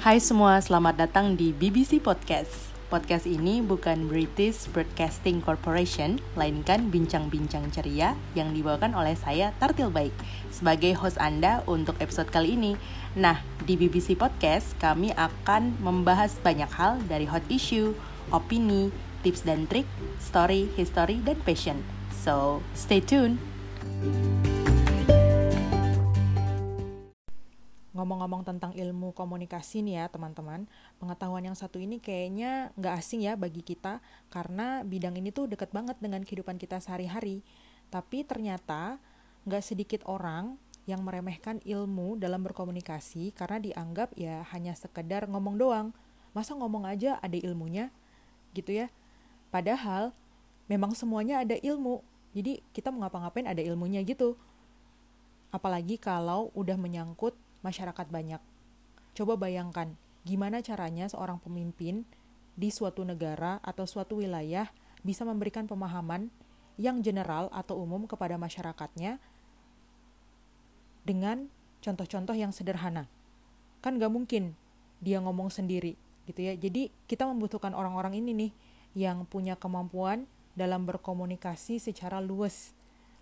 Hai semua, selamat datang di BBC Podcast. Podcast ini bukan British Broadcasting Corporation, melainkan bincang-bincang ceria yang dibawakan oleh saya, Tartil Baik, sebagai host Anda untuk episode kali ini. Nah, di BBC Podcast, kami akan membahas banyak hal dari hot issue, opini, tips dan trik, story, history, dan passion. So, stay tuned! Ngomong-ngomong tentang ilmu komunikasi nih ya teman-teman, pengetahuan yang satu ini kayaknya nggak asing ya bagi kita, karena bidang ini tuh deket banget dengan kehidupan kita sehari-hari. Tapi ternyata nggak sedikit orang yang meremehkan ilmu dalam berkomunikasi karena dianggap ya hanya sekedar ngomong doang. Masa ngomong aja ada ilmunya gitu ya? Padahal memang semuanya ada ilmu, jadi kita mau ngapa-ngapain ada ilmunya gitu. Apalagi kalau udah menyangkut masyarakat banyak. Coba bayangkan, gimana caranya seorang pemimpin di suatu negara atau suatu wilayah bisa memberikan pemahaman yang general atau umum kepada masyarakatnya dengan contoh-contoh yang sederhana. Kan gak mungkin dia ngomong sendiri gitu ya. Jadi kita membutuhkan orang-orang ini nih yang punya kemampuan dalam berkomunikasi secara lugas,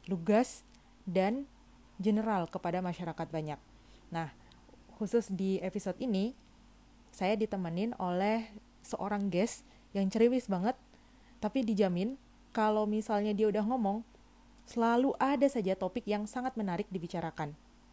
dan general kepada masyarakat banyak. Nah, khusus di episode ini, saya ditemenin oleh seorang guest yang ceriwis banget, tapi dijamin kalau misalnya dia udah ngomong, selalu ada saja topik yang sangat menarik dibicarakan.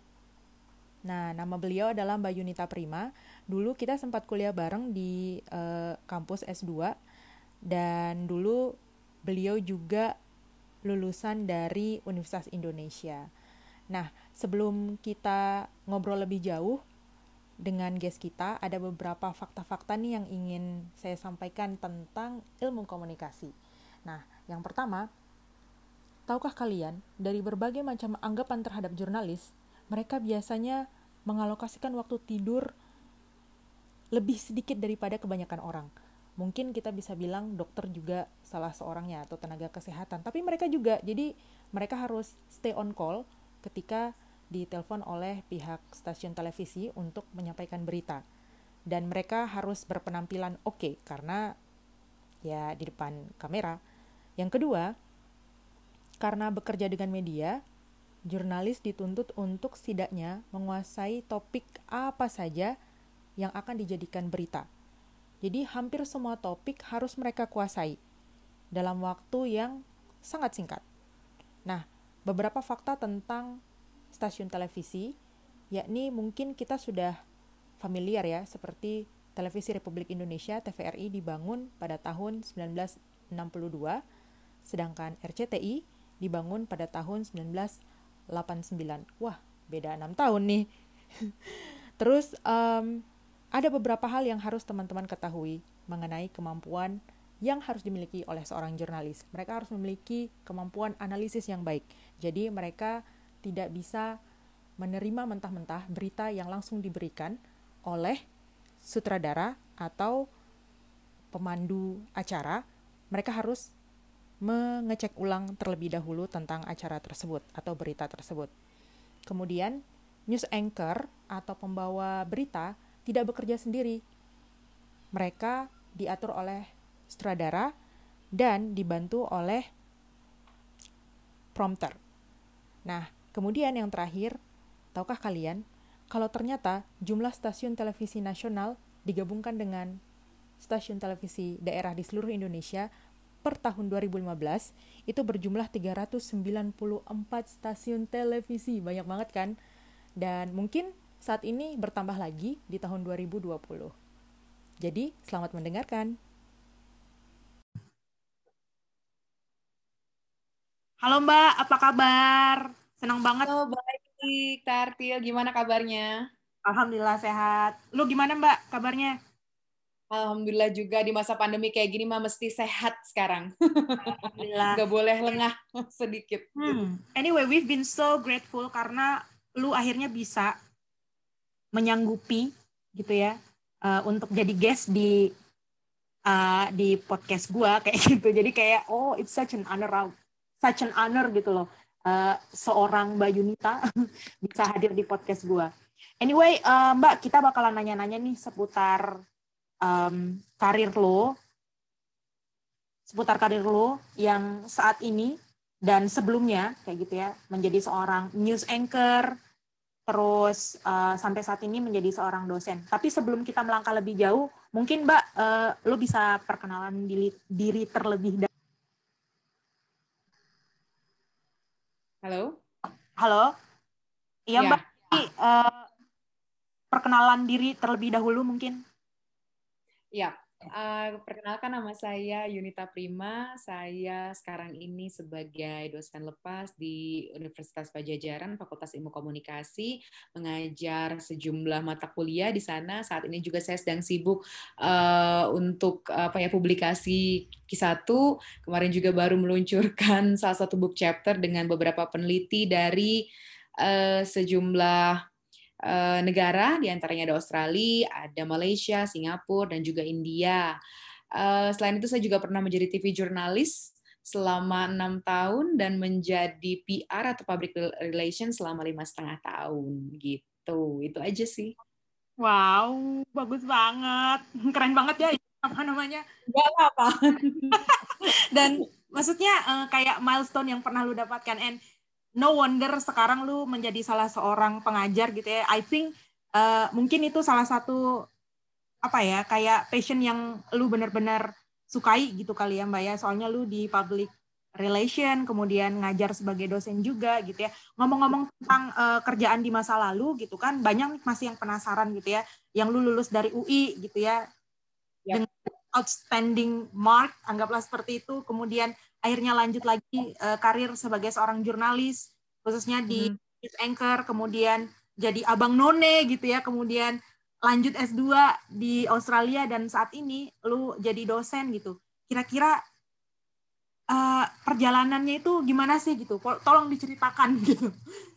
Nah, nama beliau adalah Mbak Yunita Prima. Dulu kita sempat kuliah bareng di kampus S2, dan dulu beliau juga lulusan dari Universitas Indonesia. Nah, sebelum kita ngobrol lebih jauh dengan guest kita, ada beberapa fakta-fakta nih yang ingin saya sampaikan tentang ilmu komunikasi. Nah, yang pertama, tahukah kalian, dari berbagai macam anggapan terhadap jurnalis, mereka biasanya mengalokasikan waktu tidur lebih sedikit daripada kebanyakan orang. Mungkin kita bisa bilang dokter juga salah seorangnya atau tenaga kesehatan, tapi mereka juga, jadi mereka harus stay on call ketika ditelepon oleh pihak stasiun televisi untuk menyampaikan berita. Dan mereka harus berpenampilan oke, karena ya di depan kamera. Yang kedua, karena bekerja dengan media, jurnalis dituntut untuk setidaknya menguasai topik apa saja yang akan dijadikan berita. Jadi hampir semua topik harus mereka kuasai dalam waktu yang sangat singkat. Nah, beberapa fakta tentang stasiun televisi, yakni mungkin kita sudah familiar ya, seperti Televisi Republik Indonesia TVRI dibangun pada tahun 1962, sedangkan RCTI dibangun pada tahun 1989. Wah, beda 6 tahun nih. Terus ada beberapa hal yang harus teman-teman ketahui mengenai kemampuan yang harus dimiliki oleh seorang jurnalis. Mereka harus memiliki kemampuan analisis yang baik. Jadi mereka tidak bisa menerima mentah-mentah berita yang langsung diberikan oleh sutradara atau pemandu acara. Mereka harus mengecek ulang terlebih dahulu tentang acara tersebut atau berita tersebut. Kemudian, news anchor atau pembawa berita tidak bekerja sendiri. Mereka diatur oleh sutradara dan dibantu oleh prompter. Nah, kemudian yang terakhir, tahukah kalian kalau ternyata jumlah stasiun televisi nasional digabungkan dengan stasiun televisi daerah di seluruh Indonesia per tahun 2015 itu berjumlah 394 stasiun televisi. Banyak banget kan? Dan mungkin saat ini bertambah lagi di tahun 2020. Jadi, selamat mendengarkan. Halo Mbak, apa kabar? Senang banget. Oh, baik, Tartil. Gimana kabarnya? Alhamdulillah sehat. Lu gimana Mbak kabarnya? Alhamdulillah juga di masa pandemi kayak gini mah mesti sehat sekarang. Alhamdulillah. Nggak boleh lengah sedikit. Anyway, we've been so grateful karena lu akhirnya bisa menyanggupi gitu ya untuk jadi guest di podcast gua kayak gitu. Jadi kayak it's such an honor gitu loh. Seorang Mbak Yunita bisa hadir di podcast gua. Anyway, Mbak, kita bakalan nanya-nanya nih seputar karir lo, yang saat ini dan sebelumnya kayak gitu ya, menjadi seorang news anchor, terus sampai saat ini menjadi seorang dosen. Tapi sebelum kita melangkah lebih jauh, mungkin Mbak, lo bisa perkenalan diri terlebih dahulu. Halo? Halo? Iya Ya. Mbak, perkenalan diri terlebih dahulu mungkin. Ya, perkenalkan nama saya Yunita Prima. Saya sekarang ini sebagai dosen lepas di Universitas Padjadjaran, Fakultas Ilmu Komunikasi, mengajar sejumlah mata kuliah di sana. Saat ini juga saya sedang sibuk untuk publikasi Q1. Kemarin juga baru meluncurkan salah satu book chapter dengan beberapa peneliti dari sejumlah negara, diantaranya ada Australia, ada Malaysia, Singapura, dan juga India. Selain itu saya juga pernah menjadi TV jurnalis selama 6 tahun dan menjadi PR atau Public Relations selama 5,5 tahun gitu. Itu aja sih. Wow, bagus banget, keren banget ya, apa namanya? Gak apa-apa. Dan maksudnya kayak milestone yang pernah lu dapatkan, and no wonder sekarang lu menjadi salah seorang pengajar gitu ya. I think mungkin itu salah satu apa ya, kayak passion yang lu benar-benar sukai gitu kali ya Mbak ya. Soalnya lu di public relation, kemudian ngajar sebagai dosen juga gitu ya. Ngomong-ngomong tentang kerjaan di masa lalu gitu kan, banyak masih yang penasaran gitu ya, yang lu lulus dari UI gitu ya, dengan outstanding mark, anggaplah seperti itu, kemudian akhirnya lanjut lagi karir sebagai seorang jurnalis, khususnya di news anchor, kemudian jadi abang none gitu ya, kemudian lanjut S2 di Australia, dan saat ini lu jadi dosen gitu. Kira-kira perjalanannya itu gimana sih gitu? Tolong diceritakan gitu.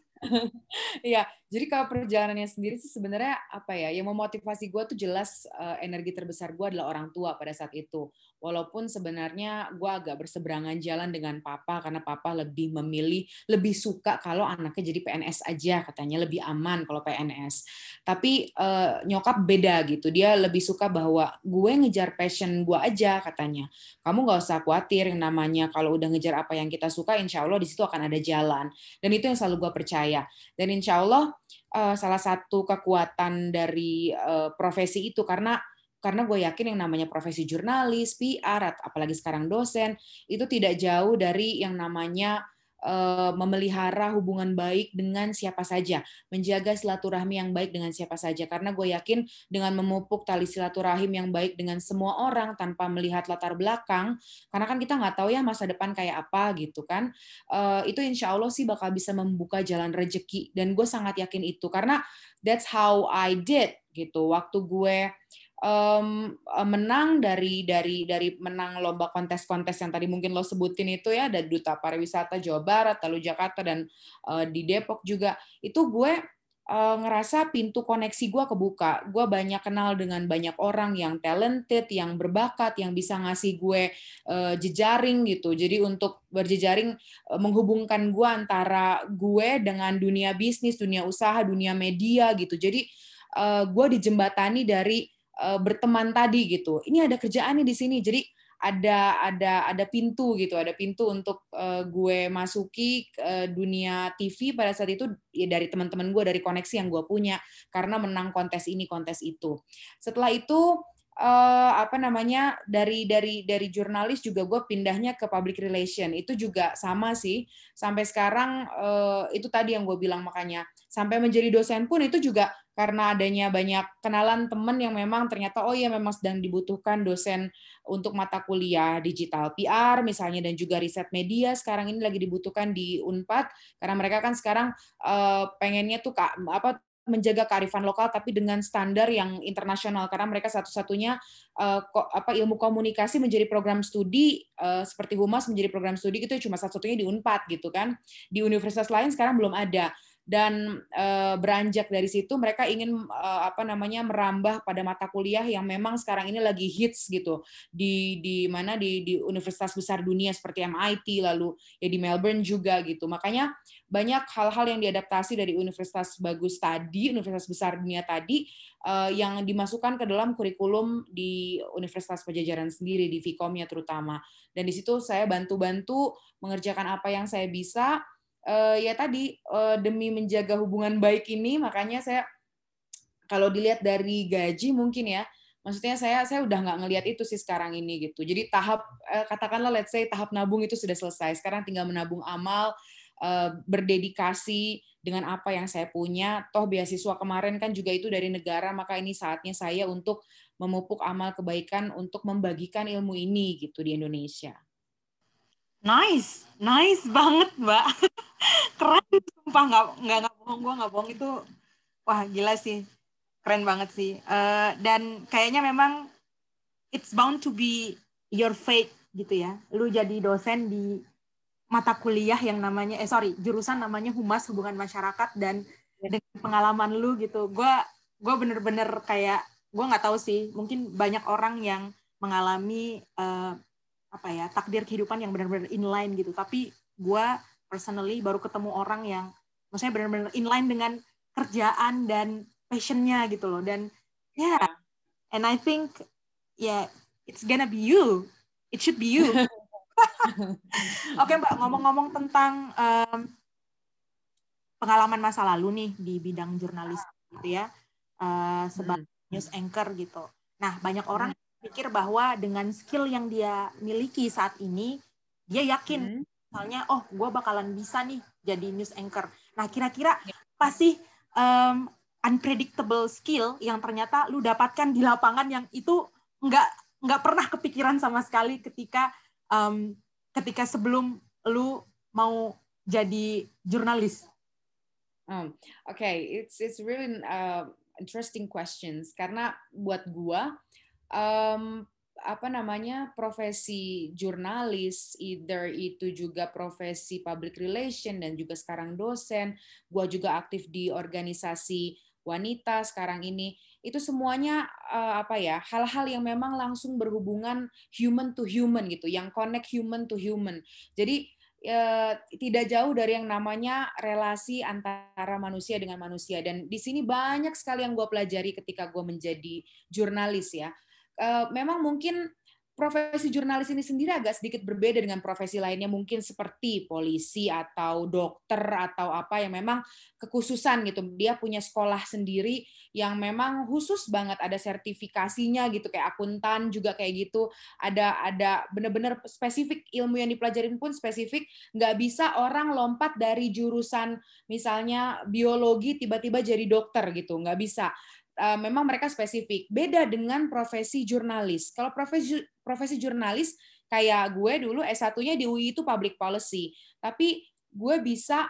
Iya, jadi kalau perjalanannya sendiri sih sebenarnya apa ya, yang memotivasi gue tuh jelas energi terbesar gue adalah orang tua pada saat itu. Walaupun sebenarnya gue agak berseberangan jalan dengan papa, karena papa lebih suka kalau anaknya jadi PNS aja, katanya lebih aman kalau PNS. Tapi nyokap beda gitu, dia lebih suka bahwa gue ngejar passion gue aja, katanya. Kamu nggak usah khawatir, yang namanya kalau udah ngejar apa yang kita suka, insya Allah di situ akan ada jalan. Dan itu yang selalu gue percaya. Dan insya Allah salah satu kekuatan dari profesi itu, karena gue yakin yang namanya profesi jurnalis, PR, apalagi sekarang dosen, itu tidak jauh dari yang namanya memelihara hubungan baik dengan siapa saja, menjaga silaturahmi yang baik dengan siapa saja. Karena gue yakin dengan memupuk tali silaturahim yang baik dengan semua orang tanpa melihat latar belakang, karena kan kita nggak tahu ya masa depan kayak apa gitu kan, itu insya Allah sih bakal bisa membuka jalan rejeki. Dan gue sangat yakin itu, karena that's how I did gitu. Waktu gue menang dari menang lomba kontes-kontes yang tadi mungkin lo sebutin itu ya, dari Duta Pariwisata Jawa Barat, lalu Jakarta, dan di Depok juga, itu gue ngerasa pintu koneksi gue kebuka. Gue banyak kenal dengan banyak orang yang talented, yang berbakat, yang bisa ngasih gue jejaring gitu. Jadi untuk berjejaring, menghubungkan gue antara gue dengan dunia bisnis, dunia usaha, dunia media gitu. Jadi gue dijembatani dari berteman tadi gitu. Ini ada kerjaan nih di sini. Jadi ada pintu gitu, ada pintu untuk gue masuki dunia TV pada saat itu ya, dari teman-teman gue, dari koneksi yang gue punya karena menang kontes ini, kontes itu. Setelah itu dari jurnalis juga gue pindahnya ke public relation. Itu juga sama sih, sampai sekarang itu tadi yang gue bilang, makanya sampai menjadi dosen pun itu juga karena adanya banyak kenalan teman yang memang ternyata oh ya memang sedang dibutuhkan dosen untuk mata kuliah digital PR misalnya, dan juga riset media sekarang ini lagi dibutuhkan di Unpad, karena mereka kan sekarang pengennya tuh menjaga kearifan lokal tapi dengan standar yang internasional, karena mereka satu-satunya ilmu komunikasi menjadi program studi seperti Humas menjadi program studi gitu, cuma satu-satunya di Unpad gitu kan. Di universitas lain sekarang belum ada. Dan beranjak dari situ mereka ingin merambah pada mata kuliah yang memang sekarang ini lagi hits gitu di universitas besar dunia seperti MIT, lalu ya di Melbourne juga gitu. Makanya banyak hal-hal yang diadaptasi dari universitas bagus tadi, universitas besar dunia tadi, yang dimasukkan ke dalam kurikulum di Universitas Padjadjaran sendiri, di Vkom-nya terutama. Dan di situ saya bantu-bantu mengerjakan apa yang saya bisa, ya tadi, demi menjaga hubungan baik ini, makanya saya kalau dilihat dari gaji mungkin ya, maksudnya saya udah nggak ngelihat itu sih sekarang ini gitu. Jadi tahap katakanlah let's say tahap nabung itu sudah selesai. Sekarang tinggal menabung amal, berdedikasi dengan apa yang saya punya. Toh beasiswa kemarin kan juga itu dari negara, maka ini saatnya saya untuk memupuk amal kebaikan untuk membagikan ilmu ini gitu di Indonesia. Nice banget, Mbak. Keren, sumpah nggak bohong, gue nggak bohong itu, wah gila sih, keren banget sih. Dan kayaknya memang it's bound to be your fate gitu ya. Lu jadi dosen di mata kuliah yang namanya, jurusan namanya Humas Hubungan Masyarakat, dan dengan pengalaman lu gitu, gue bener-bener kayak, gue nggak tahu sih, mungkin banyak orang yang mengalami takdir kehidupan yang benar-benar inline gitu, tapi gue personally baru ketemu orang yang maksudnya benar-benar inline dengan kerjaan dan passionnya gitu loh. Dan and I think it's gonna be you, it should be you. Oke Mbak, ngomong-ngomong tentang pengalaman masa lalu nih di bidang jurnalis gitu ya, sebagai news anchor gitu. Nah, banyak orang pikir bahwa dengan skill yang dia miliki saat ini, dia yakin misalnya, gue bakalan bisa nih jadi news anchor. Nah, kira-kira apa sih unpredictable skill yang ternyata lu dapatkan di lapangan yang itu nggak pernah kepikiran sama sekali ketika sebelum lu mau jadi jurnalis? Okay, it's really interesting questions, karena buat gua profesi jurnalis, either itu juga profesi public relation dan juga sekarang dosen, gua juga aktif di organisasi wanita sekarang ini, itu semuanya hal-hal yang memang langsung berhubungan human to human gitu, yang connect human to human. Jadi tidak jauh dari yang namanya relasi antara manusia dengan manusia. Dan di sini banyak sekali yang gue pelajari ketika gue menjadi jurnalis ya. Memang mungkin profesi jurnalis ini sendiri agak sedikit berbeda dengan profesi lainnya, mungkin seperti polisi atau dokter atau apa yang memang kekhususan gitu. Dia punya sekolah sendiri yang memang khusus banget, ada sertifikasinya gitu, kayak akuntan juga kayak gitu. Ada benar-benar spesifik, ilmu yang dipelajarin pun spesifik. Nggak bisa orang lompat dari jurusan misalnya biologi tiba-tiba jadi dokter gitu, nggak bisa. Memang mereka spesifik. Beda dengan profesi jurnalis. Kalau profesi jurnalis, kayak gue dulu S1-nya di UI itu public policy, tapi gue bisa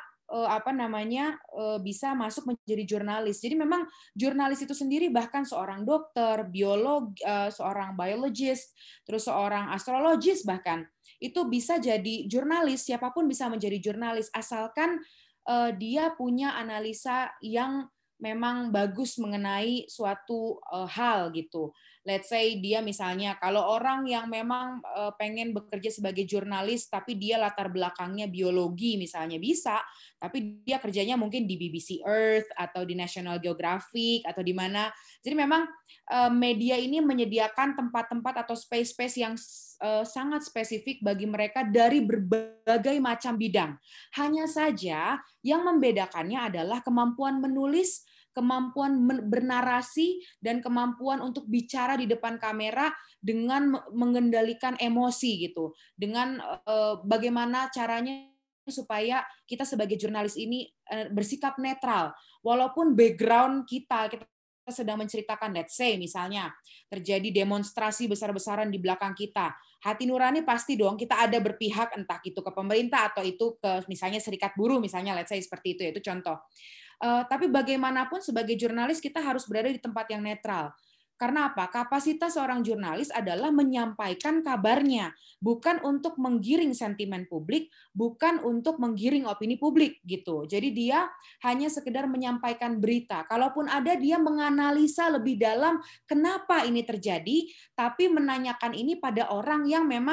bisa masuk menjadi jurnalis. Jadi memang jurnalis itu sendiri, bahkan seorang dokter, biolog, seorang biologist, terus seorang astrologis bahkan, itu bisa jadi jurnalis. Siapapun bisa menjadi jurnalis asalkan dia punya analisa yang memang bagus mengenai suatu hal gitu. Let's say dia misalnya, kalau orang yang memang pengen bekerja sebagai jurnalis tapi dia latar belakangnya biologi misalnya, bisa, tapi dia kerjanya mungkin di BBC Earth atau di National Geographic atau di mana. Jadi memang media ini menyediakan tempat-tempat atau space-space yang sangat spesifik bagi mereka dari berbagai macam bidang. Hanya saja yang membedakannya adalah kemampuan menulis, kemampuan bernarasi, dan kemampuan untuk bicara di depan kamera dengan mengendalikan emosi gitu. Dengan bagaimana caranya supaya kita sebagai jurnalis ini bersikap netral. Walaupun background kita sedang menceritakan, let's say misalnya terjadi demonstrasi besar-besaran di belakang kita, hati nurani pasti dong kita ada berpihak, entah itu ke pemerintah atau itu ke misalnya serikat buruh misalnya, let's say seperti itu, itu contoh. Tapi bagaimanapun sebagai jurnalis kita harus berada di tempat yang netral. Karena apa? Kapasitas seorang jurnalis adalah menyampaikan kabarnya, bukan untuk menggiring sentimen publik, bukan untuk menggiring opini publik gitu. Jadi dia hanya sekedar menyampaikan berita. Kalaupun ada, dia menganalisa lebih dalam kenapa ini terjadi, tapi menanyakan ini pada orang yang memang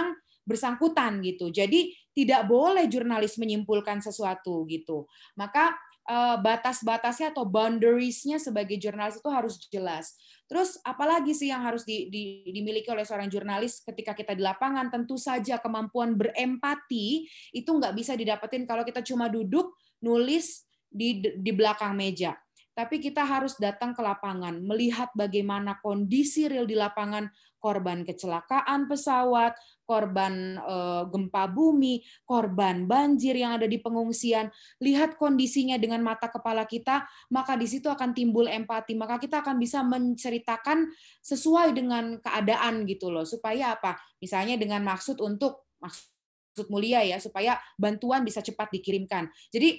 bersangkutan gitu. Jadi tidak boleh jurnalis menyimpulkan sesuatu gitu. Maka batas-batasnya atau boundaries-nya sebagai jurnalis itu harus jelas. Terus apalagi sih yang harus dimiliki oleh seorang jurnalis ketika kita di lapangan? Tentu saja kemampuan berempati itu nggak bisa didapetin kalau kita cuma duduk nulis di belakang meja. Tapi kita harus datang ke lapangan, melihat bagaimana kondisi real di lapangan, korban kecelakaan pesawat, korban gempa bumi, korban banjir yang ada di pengungsian. Lihat kondisinya dengan mata kepala kita, maka di situ akan timbul empati. Maka kita akan bisa menceritakan sesuai dengan keadaan gitu loh. Supaya apa? Misalnya dengan maksud mulia ya, supaya bantuan bisa cepat dikirimkan. Jadi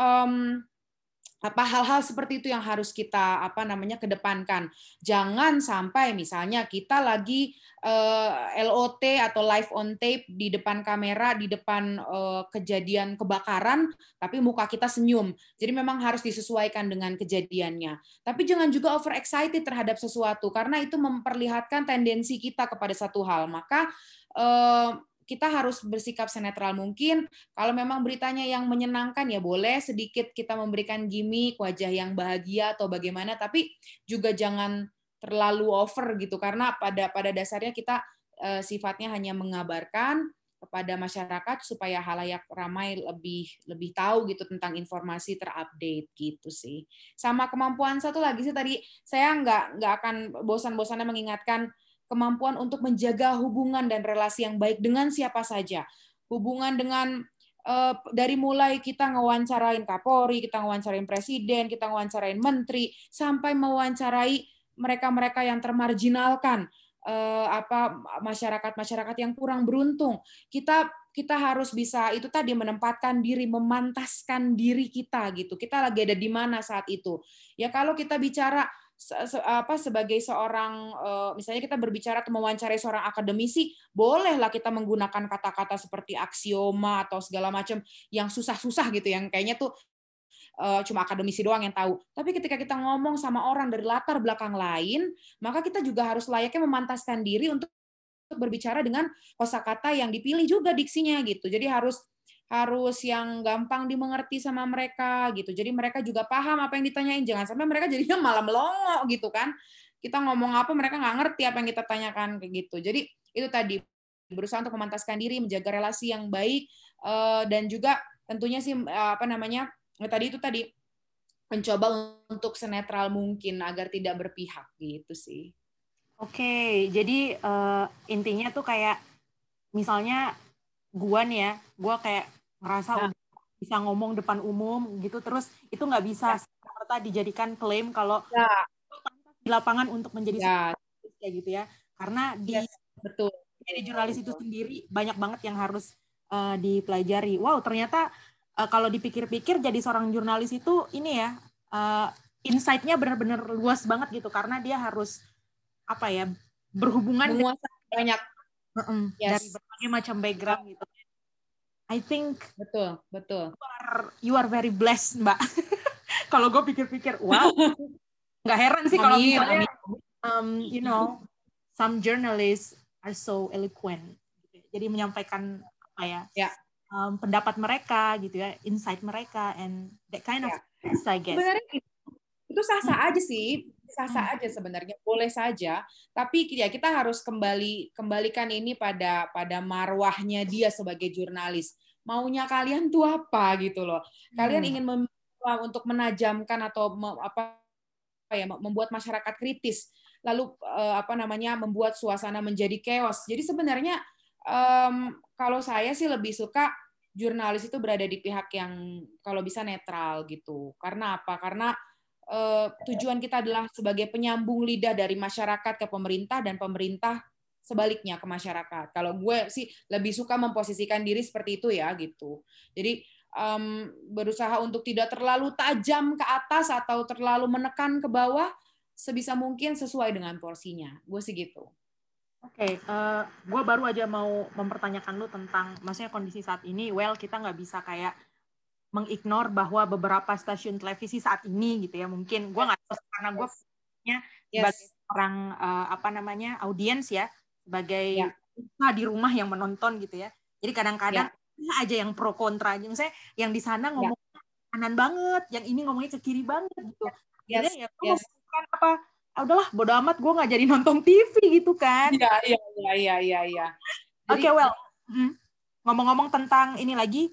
hal-hal seperti itu yang harus kita kedepankan. Jangan sampai misalnya kita lagi LOT atau live on tape di depan kamera, di depan kejadian kebakaran, tapi muka kita senyum. Jadi memang harus disesuaikan dengan kejadiannya. Tapi jangan juga over excited terhadap sesuatu, karena itu memperlihatkan tendensi kita kepada satu hal. Maka kita harus bersikap senetral mungkin. Kalau memang beritanya yang menyenangkan, ya boleh sedikit kita memberikan gimmick, wajah yang bahagia atau bagaimana, tapi juga jangan terlalu over gitu, karena pada dasarnya kita sifatnya hanya mengabarkan kepada masyarakat supaya halayak ramai lebih tahu gitu tentang informasi terupdate gitu sih. Sama kemampuan satu lagi sih, tadi saya nggak akan bosan-bosannya mengingatkan kemampuan untuk menjaga hubungan dan relasi yang baik dengan siapa saja. Hubungan dengan dari mulai kita ngewawancarain Kapolri, kita ngewawancarain presiden, kita ngewawancarain menteri, sampai mewawancarai mereka-mereka yang termarginalkan, masyarakat yang kurang beruntung. Kita harus bisa itu tadi menempatkan diri, memantaskan diri kita gitu. Kita lagi ada di mana saat itu. Ya kalau kita bicara sebagai seorang, misalnya kita berbicara atau mewawancarai seorang akademisi, bolehlah kita menggunakan kata-kata seperti aksioma atau segala macam yang susah-susah gitu, yang kayaknya tuh cuma akademisi doang yang tahu. Tapi ketika kita ngomong sama orang dari latar belakang lain, maka kita juga harus layaknya memantaskan diri untuk berbicara dengan kosakata yang dipilih juga diksinya gitu. Jadi harus yang gampang dimengerti sama mereka gitu. Jadi mereka juga paham apa yang ditanyain. Jangan sampai mereka jadinya malah melongo gitu kan. Kita ngomong apa mereka nggak ngerti apa yang kita tanyakan kayak gitu. Jadi itu tadi berusaha untuk memantaskan diri, menjaga relasi yang baik, dan juga tentunya sih tadi mencoba untuk senetral mungkin agar tidak berpihak gitu sih. Oke, jadi intinya tuh kayak misalnya gua nih ya, gua kayak ngerasa udah bisa ngomong depan umum gitu, terus itu nggak bisa serta dijadikan klaim kalau di lapangan untuk menjadi kayak gitu ya, karena betul. Jadi jurnalis itu sendiri banyak banget yang harus dipelajari. Wow, ternyata kalau dipikir-pikir jadi seorang jurnalis itu ini ya, insight-nya benar-benar luas banget gitu, karena dia harus berhubungan menguasai banyak dari berbagai macam background gitu. I think betul. You are very blessed, Mbak. Kalau gue pikir-pikir, wow, nggak heran sih kalau misalnya, some journalists are so eloquent. Jadi menyampaikan pendapat mereka gitu ya, insight mereka, and that kind of things, I guess. Sebenarnya itu sah-sah aja sih. Sah-sah aja sebenarnya, boleh saja, tapi ya kita harus kembalikan ini pada marwahnya dia sebagai jurnalis. Maunya kalian tuh apa gitu loh. Kalian ingin untuk menajamkan atau membuat masyarakat kritis, lalu membuat suasana menjadi chaos. Jadi sebenarnya kalau saya sih lebih suka jurnalis itu berada di pihak yang kalau bisa netral gitu. Karena apa? Karena tujuan kita adalah sebagai penyambung lidah dari masyarakat ke pemerintah dan pemerintah sebaliknya ke masyarakat. Kalau gue sih lebih suka memposisikan diri seperti itu ya gitu. Jadi berusaha untuk tidak terlalu tajam ke atas atau terlalu menekan ke bawah, sebisa mungkin sesuai dengan porsinya. Gue sih gitu. Oke, gue baru aja mau mempertanyakan lu tentang maksudnya kondisi saat ini. Well, kita nggak bisa kayak mengignore bahwa beberapa stasiun televisi saat ini gitu ya, mungkin gue nggak tahu karena gue sebagai orang audiens ya, sebagai di rumah yang menonton gitu ya. Jadi kadang-kadang aja yang pro kontra aja. Misalnya yang di sana ngomong kanan banget, yang ini ngomongnya ke kiri banget gitu. Akhirnya ya gue memutuskan apa, udahlah bodo amat, gue nggak jadi nonton TV gitu kan. Iya. Oke, well, ngomong-ngomong tentang ini lagi,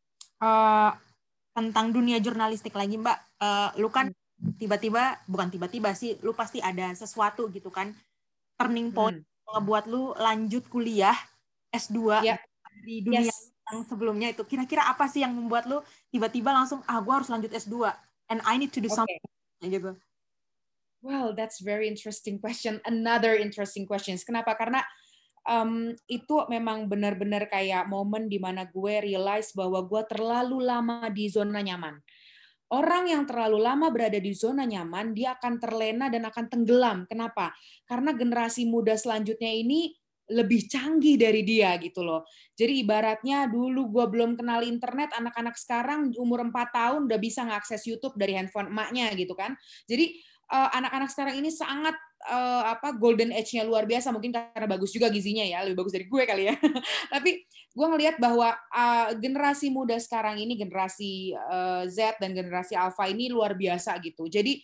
tentang dunia jurnalistik lagi Mbak, lu kan bukan tiba-tiba sih, lu pasti ada sesuatu gitu kan, turning point ngebuat lu lanjut kuliah S2 di dunia yang sebelumnya itu. Kira-kira apa sih yang membuat lu tiba-tiba langsung, gue harus lanjut S2 and I need to do something gitu. Well, that's very interesting question. Another interesting questions. Kenapa? Karena itu memang benar-benar kayak momen di mana gue realize bahwa gue terlalu lama di zona nyaman. Orang yang terlalu lama berada di zona nyaman, dia akan terlena dan akan tenggelam. Kenapa? Karena generasi muda selanjutnya ini lebih canggih dari dia gitu loh. Jadi ibaratnya dulu gue belum kenal internet, anak-anak sekarang umur 4 tahun udah bisa ngakses YouTube dari handphone emaknya gitu kan. Jadi anak-anak sekarang ini sangat golden age-nya luar biasa, mungkin karena bagus juga gizinya ya, lebih bagus dari gue kali ya. Tapi gue ngelihat bahwa generasi muda sekarang ini, generasi Z dan generasi Alpha ini luar biasa gitu. Jadi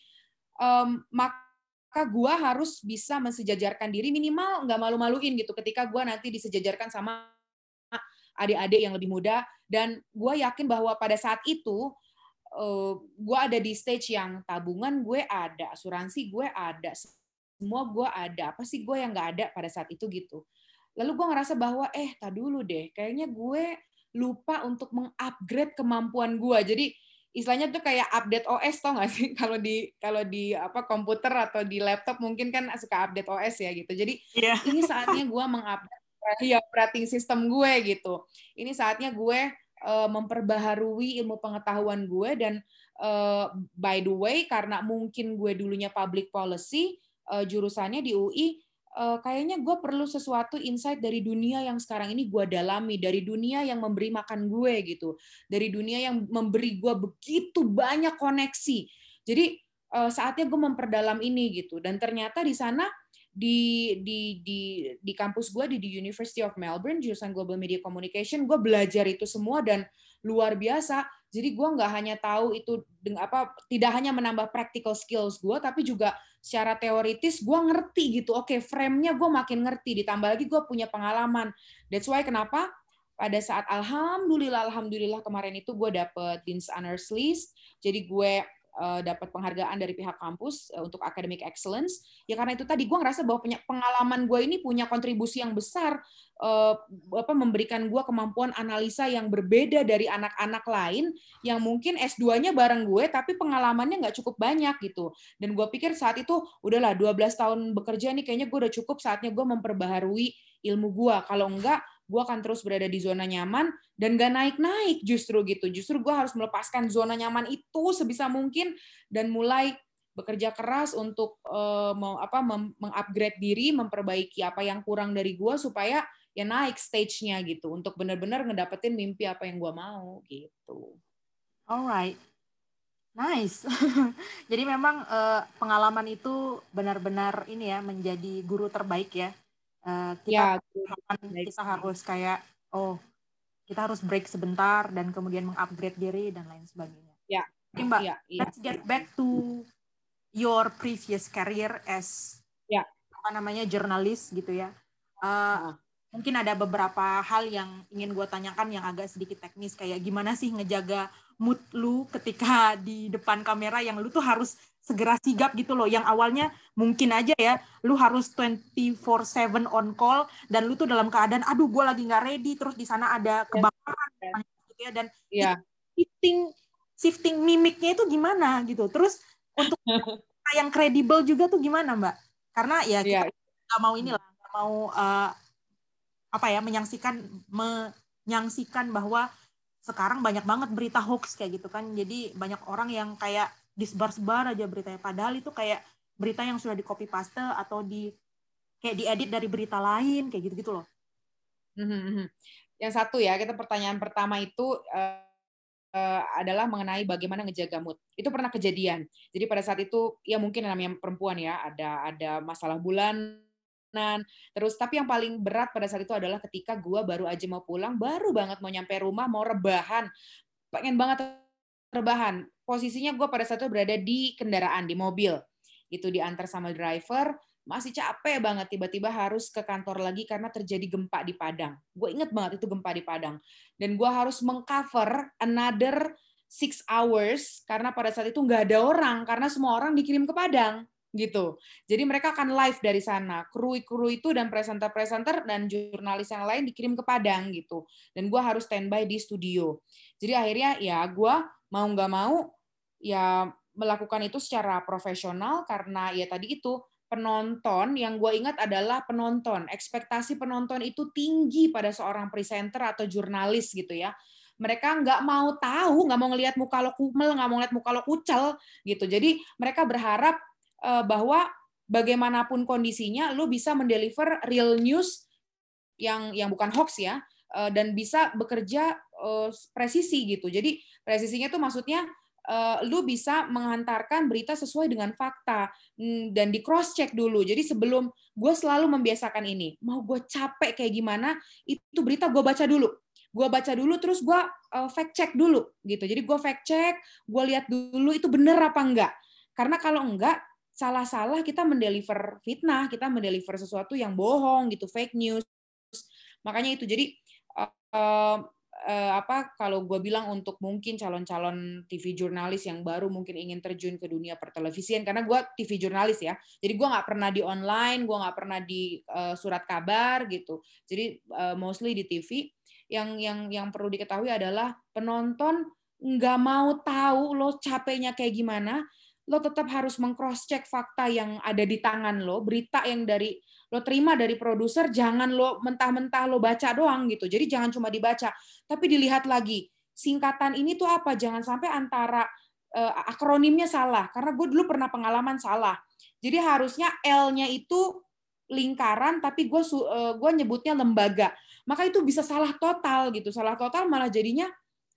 maka gue harus bisa mensejajarkan diri, minimal nggak malu-maluin gitu ketika gue nanti disejajarkan sama adik-adik yang lebih muda. Dan gue yakin bahwa pada saat itu gue ada di stage yang tabungan gue ada, asuransi gue ada, semua gue ada. Apa sih gue yang nggak ada pada saat itu gitu. Lalu gue ngerasa bahwa tak dulu deh, kayaknya gue lupa untuk mengupgrade kemampuan gue. Jadi istilahnya tuh kayak update OS, tau nggak sih? Kalau di komputer atau di laptop mungkin kan suka update OS ya gitu. Jadi ini saatnya gue mengupdate operating system gue gitu. Ini saatnya gue memperbaharui ilmu pengetahuan gue. Dan by the way, karena mungkin gue dulunya public policy, jurusannya di UI, kayaknya gue perlu sesuatu insight dari dunia yang sekarang ini gue dalami, dari dunia yang memberi makan gue gitu, dari dunia yang memberi gue begitu banyak koneksi. Jadi saatnya gue memperdalam ini gitu. Dan ternyata di sana di kampus gue di University of Melbourne, jurusan Global Media Communication, gue belajar itu semua dan luar biasa. Jadi gue nggak hanya tahu itu tidak hanya menambah practical skills gue, tapi juga secara teoritis gue ngerti gitu. Oke, frame-nya gue makin ngerti, ditambah lagi gue punya pengalaman. That's why kenapa pada saat alhamdulillah kemarin itu gue dapet Dean's Honors List. Jadi gue dapat penghargaan dari pihak kampus untuk academic excellence. Ya karena itu tadi gue ngerasa bahwa pengalaman gue ini punya kontribusi yang besar, memberikan gue kemampuan analisa yang berbeda dari anak-anak lain yang mungkin S2-nya bareng gue tapi pengalamannya nggak cukup banyak gitu. Dan gue pikir saat itu udahlah 12 tahun bekerja nih, kayaknya gue udah cukup, saatnya gue memperbaharui ilmu gue. Kalau enggak, gue akan terus berada di zona nyaman dan gak naik-naik justru gitu. Justru gue harus melepaskan zona nyaman itu sebisa mungkin dan mulai bekerja keras untuk mengupgrade diri, memperbaiki apa yang kurang dari gue supaya ya naik stage-nya gitu, untuk benar-benar ngedapetin mimpi apa yang gue mau gitu. Alright, nice. Jadi memang pengalaman itu benar-benar ini ya, menjadi guru terbaik ya. Kita harus kayak kita harus break sebentar dan kemudian mengupgrade diri dan lain sebagainya. Oke, Mbak, let's get back to your previous career as jurnalis gitu ya. Mungkin ada beberapa hal yang ingin gue tanyakan yang agak sedikit teknis, kayak gimana sih ngejaga mood lu ketika di depan kamera yang lu tuh harus segera sigap gitu loh, yang awalnya mungkin aja ya lu harus 24/7 on call dan lu tuh dalam keadaan gue lagi nggak ready, terus di sana ada kebakaran gitu ya, dan shifting mimiknya itu gimana gitu. Terus untuk yang kredibel juga tuh gimana Mbak, karena ya kita nggak mau nggak mau menyaksikan bahwa sekarang banyak banget berita hoax kayak gitu kan. Jadi banyak orang yang kayak disebar-sebar aja beritanya, padahal itu kayak berita yang sudah di copy paste atau kayak diedit dari berita lain kayak gitu-gitu loh. Yang satu ya, kita pertanyaan pertama itu adalah mengenai bagaimana ngejaga mood. Itu pernah kejadian. Jadi pada saat itu ya mungkin namanya perempuan ya, ada masalah bulanan Terus tapi yang paling berat pada saat itu adalah ketika gue baru aja mau pulang, baru banget mau nyampe rumah, mau rebahan, pengen banget rebahan. Posisinya gue pada saat itu berada di kendaraan, di mobil, gitu, diantar sama driver, masih capek banget, tiba-tiba harus ke kantor lagi karena terjadi gempa di Padang. Gue inget banget itu gempa di Padang, dan gue harus mengcover another 6 hours karena pada saat itu nggak ada orang, karena semua orang dikirim ke Padang. Gitu. Jadi mereka akan live dari sana. Kru itu dan presenter dan jurnalis yang lain dikirim ke Padang gitu. Dan gue harus standby di studio. Jadi akhirnya ya gue mau nggak mau ya melakukan itu secara profesional karena ya tadi itu penonton, yang gue ingat adalah penonton. Ekspektasi penonton itu tinggi pada seorang presenter atau jurnalis gitu ya. Mereka nggak mau tahu, nggak mau ngelihat muka lo kumel, nggak mau ngelihat muka lo kucel gitu. Jadi mereka berharap bahwa bagaimanapun kondisinya, lo bisa mendeliver real news yang bukan hoax ya, dan bisa bekerja presisi gitu. Jadi presisinya tuh maksudnya lu bisa menghantarkan berita sesuai dengan fakta dan di cross check dulu. Jadi sebelum, gue selalu membiasakan ini, mau gue capek kayak gimana, itu berita gue baca dulu. Gue baca dulu, terus gue fact check dulu gitu. Jadi gue fact check, gue lihat dulu itu bener apa enggak. Karena kalau enggak, salah-salah kita mendeliver fitnah, kita mendeliver sesuatu yang bohong gitu, fake news. Makanya itu, jadi kalau gue bilang untuk mungkin calon-calon TV jurnalis yang baru mungkin ingin terjun ke dunia pertelevisian, karena gue TV jurnalis ya, jadi gue nggak pernah di online, gue nggak pernah di surat kabar gitu, jadi mostly di TV. Yang perlu diketahui adalah penonton nggak mau tahu lo capeknya kayak gimana, lo tetap harus meng-cross check fakta yang ada di tangan lo, berita yang lo terima dari produser, jangan lo mentah-mentah lo baca doang gitu. Jadi jangan cuma dibaca, tapi dilihat lagi. Singkatan ini tuh apa? Jangan sampai antara akronimnya salah, karena gue dulu pernah pengalaman salah. Jadi harusnya L-nya itu lingkaran, tapi gue nyebutnya lembaga. Maka itu bisa salah total gitu. Salah total malah jadinya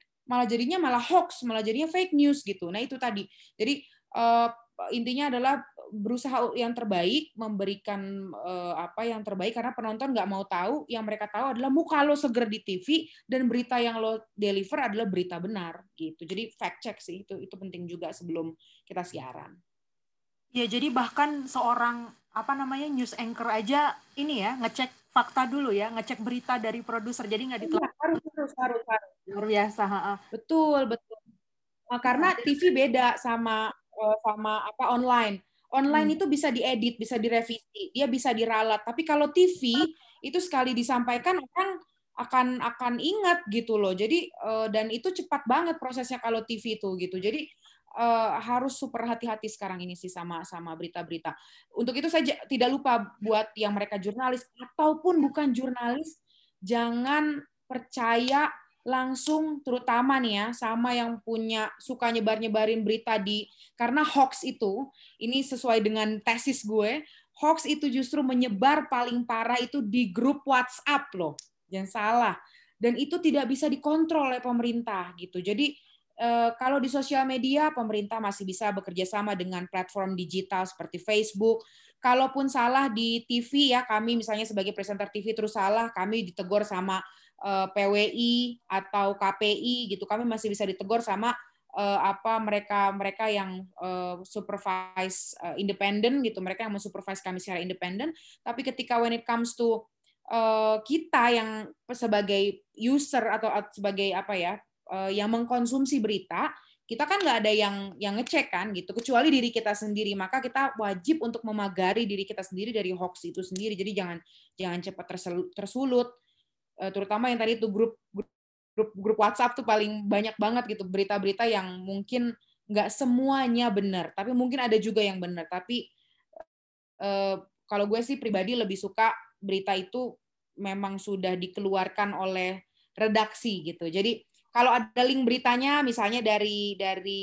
hoax, malah jadinya fake news gitu. Nah itu tadi. Jadi intinya adalah berusaha yang terbaik, memberikan apa yang terbaik, karena penonton nggak mau tahu, yang mereka tahu adalah muka lo seger di TV dan berita yang lo deliver adalah berita benar gitu. Jadi fact check sih, itu penting juga sebelum kita siaran. Ya, jadi bahkan seorang news anchor aja ini ya, ngecek fakta dulu ya, ngecek berita dari produser, jadi nggak ditelan. Harus. Luar biasa. Betul. Karena TV beda sama online. Online itu bisa diedit, bisa direvisi, dia bisa diralat. Tapi kalau TV itu sekali disampaikan orang akan ingat gitu loh. Jadi dan itu cepat banget prosesnya kalau TV itu gitu. Jadi harus super hati-hati sekarang ini sih sama berita-berita. Untuk itu saya tidak lupa buat yang mereka jurnalis ataupun bukan jurnalis, jangan percaya langsung, terutama nih ya, sama yang suka nyebar-nyebarin berita karena hoax itu, ini sesuai dengan tesis gue, hoax itu justru menyebar paling parah itu di grup WhatsApp loh, jangan salah. Dan itu tidak bisa dikontrol oleh pemerintah gitu. Jadi kalau di sosial media, pemerintah masih bisa bekerja sama dengan platform digital seperti Facebook. Kalaupun salah di TV ya, kami misalnya sebagai presenter TV terus salah, kami ditegur sama PWI atau KPI gitu, kami masih bisa ditegur sama mereka yang supervise independen gitu, mereka yang mensupervise kami secara independen. Tapi ketika when it comes to kita yang sebagai user atau sebagai yang mengkonsumsi berita, kita kan nggak ada yang ngecek kan gitu, kecuali diri kita sendiri. Maka kita wajib untuk memagari diri kita sendiri dari hoax itu sendiri. Jadi jangan cepat tersulut. Terutama yang tadi itu grup WhatsApp tuh paling banyak banget gitu berita-berita yang mungkin nggak semuanya benar, tapi mungkin ada juga yang benar. Tapi kalau gue sih pribadi lebih suka berita itu memang sudah dikeluarkan oleh redaksi gitu. Jadi kalau ada link beritanya misalnya dari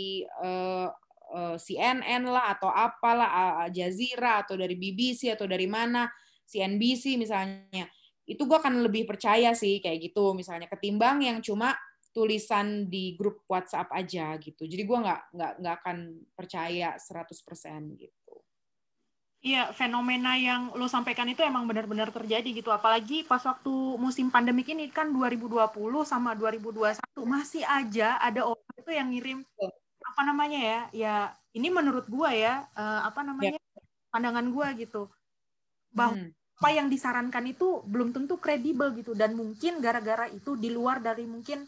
CNN lah atau apalah, Al Jazeera atau dari BBC atau dari mana, CNBC misalnya, itu gue akan lebih percaya sih kayak gitu misalnya, ketimbang yang cuma tulisan di grup WhatsApp aja gitu. Jadi gue nggak akan percaya 100% gitu. Iya, fenomena yang lo sampaikan itu emang benar-benar terjadi gitu. Apalagi pas waktu musim pandemik ini kan 2020 sama 2021 masih aja ada orang itu yang ngirim apa namanya ya? Ya, ini menurut gua ya, apa Ya. namanya? Pandangan gua gitu. Bahwa apa yang disarankan itu belum tentu kredibel gitu, dan mungkin gara-gara itu di luar dari mungkin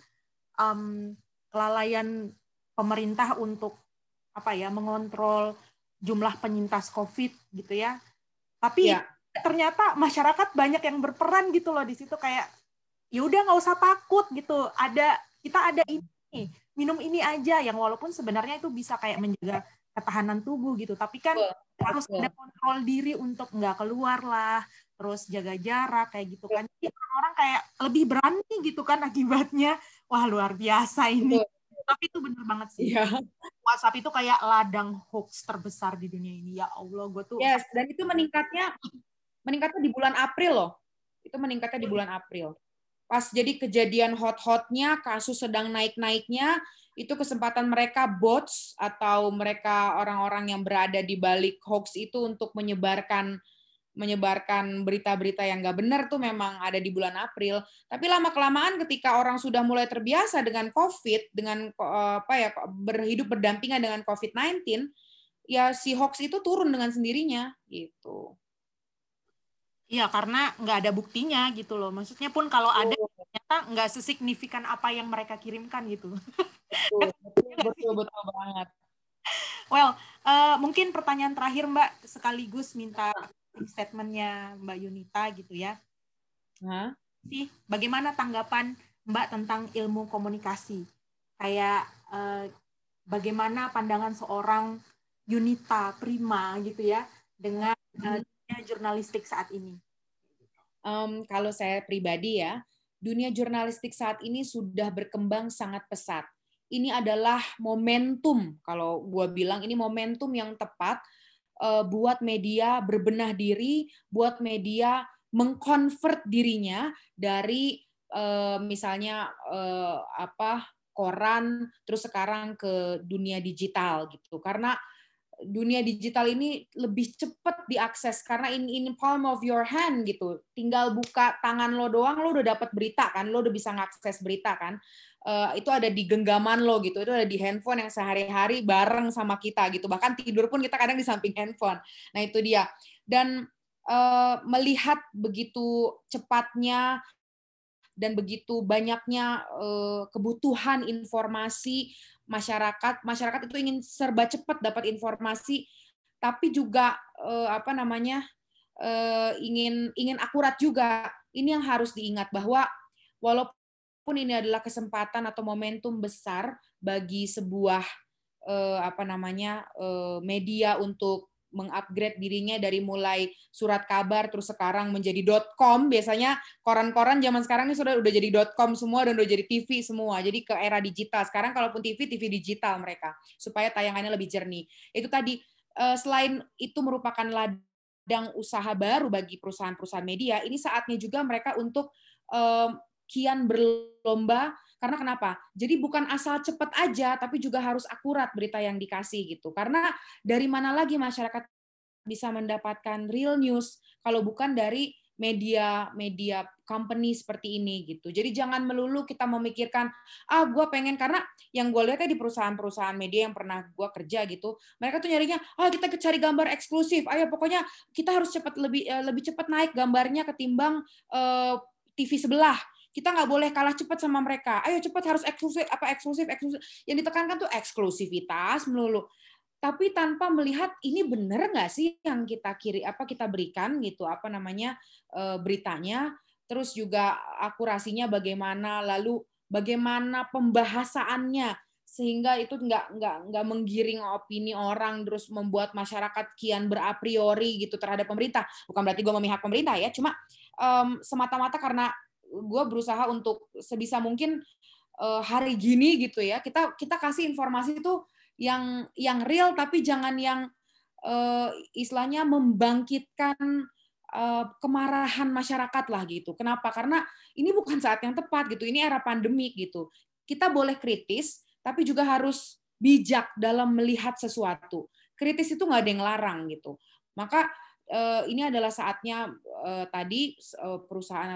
kelalaian pemerintah untuk apa ya, mengontrol jumlah penyintas COVID gitu ya. Tapi Ya. ternyata masyarakat banyak yang berperan gitu loh di situ, kayak ya udah nggak usah takut gitu. Kita ada ini, minum ini aja, yang walaupun sebenarnya itu bisa kayak menjaga ketahanan tubuh gitu. Tapi kan harus ada kontrol diri untuk nggak keluar lah, terus jaga jarak kayak gitu kan. Jadi orang kayak lebih berani gitu kan akibatnya. Wah, luar biasa ini. Tapi itu bener banget sih. Iya. WhatsApp itu kayak ladang hoax terbesar di dunia ini. Ya Allah, gue tuh. Yes, dan itu meningkatnya di bulan April loh. Itu meningkatnya di bulan April. Pas jadi kejadian hot-hotnya, kasus sedang naik-naiknya, itu kesempatan mereka bots atau mereka orang-orang yang berada di balik hoax itu untuk menyebarkan berita-berita yang nggak benar tuh memang ada di bulan April. Tapi lama-kelamaan ketika orang sudah mulai terbiasa dengan COVID, dengan berhidup berdampingan dengan COVID-19, ya si hoax itu turun dengan sendirinya gitu. Iya, karena nggak ada buktinya gitu loh. Maksudnya pun kalau ada, ternyata nggak sesignifikan apa yang mereka kirimkan gitu. Betul banget. Well, mungkin pertanyaan terakhir Mbak, sekaligus minta statementnya Mbak Yunita gitu ya. Bagaimana tanggapan Mbak tentang ilmu komunikasi? Kayak bagaimana pandangan seorang Yunita Prima gitu ya dengan dunia jurnalistik saat ini? Kalau saya pribadi ya, dunia jurnalistik saat ini sudah berkembang sangat pesat. Ini adalah momentum, kalau gue bilang ini momentum yang tepat buat media berbenah diri, buat media mengkonvert dirinya dari misalnya koran, terus sekarang ke dunia digital gitu. Karena dunia digital ini lebih cepat diakses karena in palm of your hand gitu. Tinggal buka tangan lo doang, lo udah dapat berita kan, lo udah bisa ngakses berita kan. Itu ada di genggaman lo gitu, itu ada di handphone yang sehari-hari bareng sama kita gitu. Bahkan tidur pun kita kadang di samping handphone. Nah itu dia. Dan melihat begitu cepatnya dan begitu banyaknya kebutuhan informasi masyarakat itu ingin serba cepat dapat informasi, tapi juga ingin akurat juga. Ini yang harus diingat bahwa walaupun ini adalah kesempatan atau momentum besar bagi sebuah media untuk mengupgrade dirinya dari mulai surat kabar terus sekarang menjadi .com. Biasanya koran-koran zaman sekarang ini sudah jadi .com semua dan udah jadi TV semua. Jadi ke era digital. Sekarang kalaupun TV digital mereka supaya tayangannya lebih jernih. Itu tadi selain itu merupakan ladang usaha baru bagi perusahaan-perusahaan media, ini saatnya juga mereka untuk kian berlomba. Karena kenapa? Jadi bukan asal cepat aja, tapi juga harus akurat berita yang dikasih gitu. Karena dari mana lagi masyarakat bisa mendapatkan real news kalau bukan dari media company seperti ini gitu. Jadi jangan melulu kita memikirkan, gue pengen, karena yang gue lihatnya di perusahaan-perusahaan media yang pernah gue kerja gitu, mereka tuh nyarinya, kita cari gambar eksklusif, pokoknya kita harus lebih cepat naik gambarnya ketimbang TV sebelah. Kita nggak boleh kalah cepat sama mereka. Ayo cepat, harus eksklusif. Yang ditekankan tuh eksklusivitas melulu. Tapi tanpa melihat ini benar nggak sih yang kita berikan gitu, beritanya. Terus juga akurasinya bagaimana, lalu bagaimana pembahasaannya sehingga itu nggak menggiring opini orang, terus membuat masyarakat kian berapriori gitu terhadap pemerintah. Bukan berarti gue memihak pemerintah ya, cuma semata-mata karena gue berusaha untuk sebisa mungkin hari gini gitu ya, kita kasih informasi itu yang real, tapi jangan yang istilahnya membangkitkan kemarahan masyarakat lah gitu. Kenapa? Karena ini bukan saat yang tepat gitu. Ini era pandemik gitu. Kita boleh kritis, tapi juga harus bijak dalam melihat sesuatu. Kritis itu nggak ada yang larang gitu. Maka ini adalah saatnya tadi perusahaan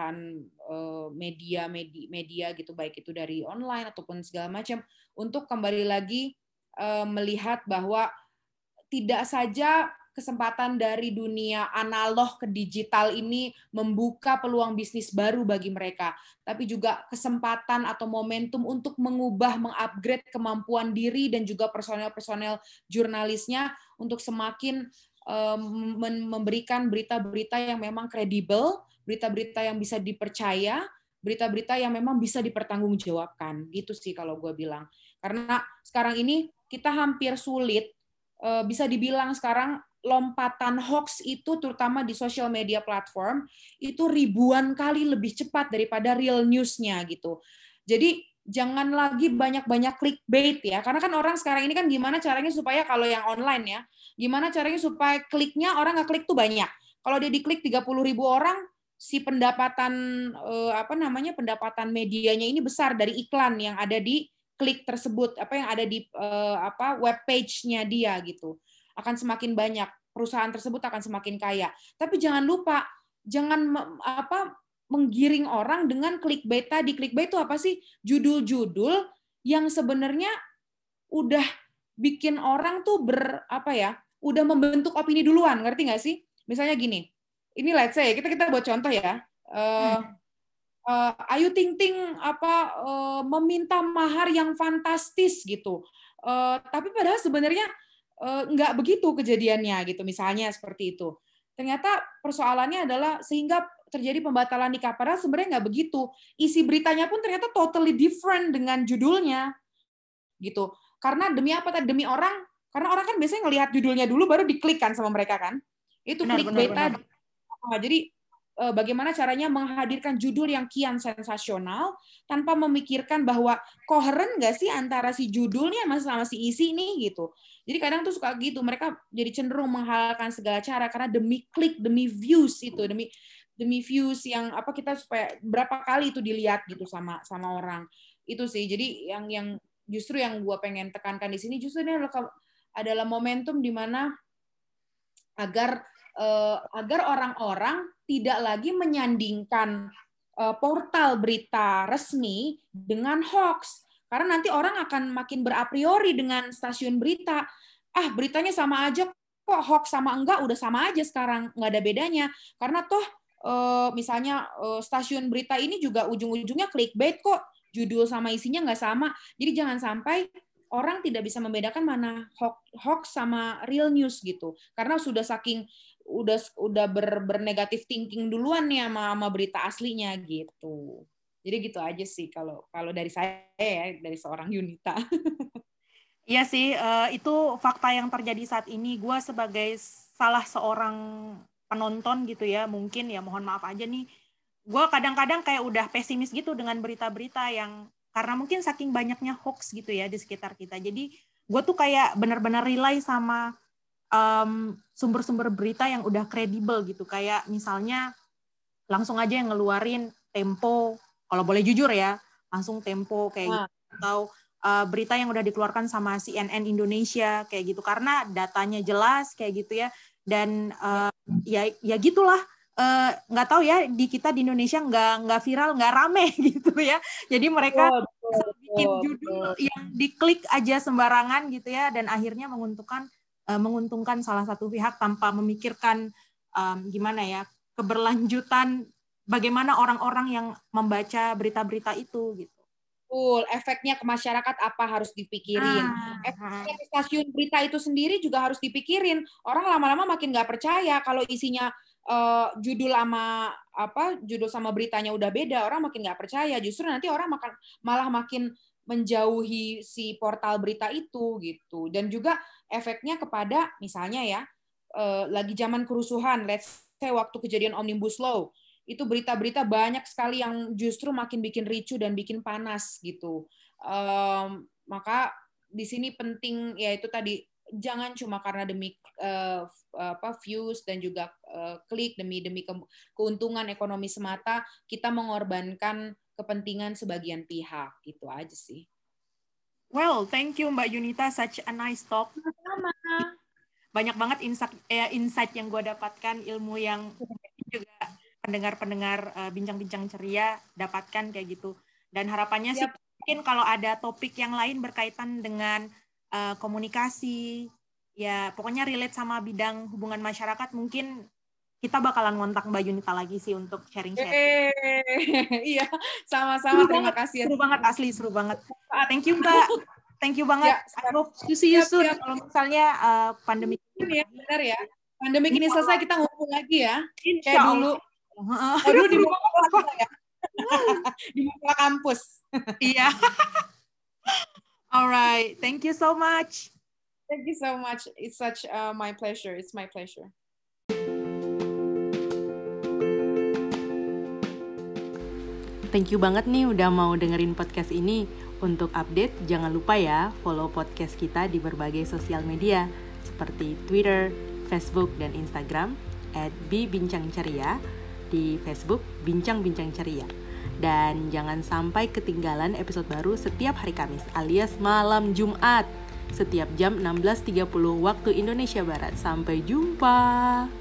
media gitu, baik itu dari online ataupun segala macam, untuk kembali lagi melihat bahwa tidak saja kesempatan dari dunia analog ke digital ini membuka peluang bisnis baru bagi mereka, tapi juga kesempatan atau momentum untuk mengubah, mengupgrade kemampuan diri dan juga personel-personel jurnalisnya untuk semakin memberikan berita-berita yang memang kredibel, berita-berita yang bisa dipercaya, berita-berita yang memang bisa dipertanggungjawabkan. Gitu sih kalau gue bilang. Karena sekarang ini kita hampir sulit, bisa dibilang sekarang lompatan hoax itu terutama di social media platform itu ribuan kali lebih cepat daripada real news-nya gitu. Jadi jangan lagi banyak-banyak clickbait ya, karena kan orang sekarang ini kan gimana caranya supaya kalau yang online ya, gimana caranya supaya kliknya orang ngeklik tuh banyak. Kalau dia diklik 30.000 orang, si pendapatan pendapatan medianya ini besar dari iklan yang ada di klik tersebut, yang ada di web page-nya dia gitu. Akan semakin banyak, perusahaan tersebut akan semakin kaya. Tapi jangan lupa, jangan menggiring orang dengan clickbait tadi. Clickbait itu apa sih? Judul-judul yang sebenarnya udah bikin orang tuh udah membentuk opini duluan, ngerti nggak sih? Misalnya gini, ini let's say kita buat contoh ya. Ayu Ting Ting meminta mahar yang fantastis gitu. Tapi padahal sebenarnya nggak begitu kejadiannya gitu, misalnya seperti itu. Ternyata persoalannya adalah sehingga terjadi pembatalan nikah, padahal sebenarnya nggak begitu. Isi beritanya pun ternyata totally different dengan judulnya gitu. Karena demi apa tadi? Demi orang, karena orang kan biasanya ngelihat judulnya dulu baru diklik kan sama mereka kan. Itu clickbait tadi. Jadi bagaimana caranya menghadirkan judul yang kian sensasional tanpa memikirkan bahwa koheren nggak sih antara si judulnya sama si isi nih gitu. Jadi kadang tuh suka gitu, mereka jadi cenderung menghalalkan segala cara karena demi klik, demi views itu, demi views yang kita supaya berapa kali itu dilihat gitu sama orang. Itu sih. Jadi yang justru yang gue pengen tekankan di sini justru ini adalah momentum di mana agar orang-orang tidak lagi menyandingkan portal berita resmi dengan hoax. Karena nanti orang akan makin berapriori dengan stasiun berita. Beritanya sama aja kok, hoax sama enggak udah sama aja sekarang, nggak ada bedanya. Karena toh misalnya stasiun berita ini juga ujung-ujungnya clickbait kok, judul sama isinya nggak sama. Jadi jangan sampai orang tidak bisa membedakan mana hoax sama real news gitu. Karena sudah saking udah bernegatif thinking duluan nih sama berita aslinya gitu. Jadi gitu aja sih kalau dari saya ya, dari seorang Yunita. Iya sih, itu fakta yang terjadi saat ini. Gue sebagai salah seorang penonton gitu ya, mungkin ya mohon maaf aja nih, gue kadang-kadang kayak udah pesimis gitu dengan berita-berita yang karena mungkin saking banyaknya hoax gitu ya di sekitar kita. Jadi gue tuh kayak benar-benar rely sama sumber-sumber berita yang udah kredibel gitu. Kayak misalnya langsung aja yang ngeluarin Tempo, kalau boleh jujur ya, langsung Tempo kayak gitu. Atau berita yang udah dikeluarkan sama CNN Indonesia kayak gitu. Karena datanya jelas kayak gitu ya. Dan ya gitulah. Nggak tahu ya, di kita di Indonesia nggak viral, nggak rame gitu ya. Jadi mereka bikin judul yang diklik aja sembarangan gitu ya. Dan akhirnya menguntungkan salah satu pihak tanpa memikirkan gimana ya keberlanjutan bagaimana orang-orang yang membaca berita-berita itu gitu. Efeknya ke masyarakat apa harus dipikirin. Efeknya ke stasiun berita itu sendiri juga harus dipikirin. Orang lama-lama makin nggak percaya kalau isinya judul sama beritanya udah beda, orang makin nggak percaya. Justru nanti orang malah makin menjauhi si portal berita itu gitu. Dan juga efeknya kepada misalnya ya lagi zaman kerusuhan, let's say waktu kejadian Omnibus Law, itu berita-berita banyak sekali yang justru makin bikin ricu dan bikin panas gitu. Maka di sini penting ya itu tadi, jangan cuma karena demi views dan juga klik, demi keuntungan ekonomi semata kita mengorbankan kepentingan sebagian pihak, gitu aja sih. Well, thank you Mbak Yunita, such a nice talk. Sama-sama. banyak banget insight yang gue dapatkan, ilmu yang juga pendengar-pendengar bincang-bincang ceria dapatkan kayak gitu. Dan harapannya sih mungkin kalau ada topik yang lain berkaitan dengan komunikasi, ya pokoknya relate sama bidang hubungan masyarakat, mungkin kita bakalan ngontak Mbak Yunita lagi sih untuk sharing-sharing. Iya, sama-sama. Terima kasih. Seru banget, asli seru banget. Thank you Mbak. Thank you banget. I hope to see you soon. Kalau misalnya pandemi ini ya, benar ya. Pandemi ini selesai, kita ngumpul lagi ya. Kayak dulu. Dulu di muka ya. Di muka kampus. Iya. Alright, thank you so much. Thank you so much. It's such my pleasure. It's my pleasure. Thank you banget nih udah mau dengerin podcast ini. Untuk update, jangan lupa ya follow podcast kita di berbagai sosial media seperti Twitter, Facebook, dan Instagram @bibincangceria, di Facebook Bincang-Bincang Ceria. Dan jangan sampai ketinggalan episode baru setiap hari Kamis alias malam Jumat setiap jam 16.30 waktu Indonesia Barat. Sampai jumpa.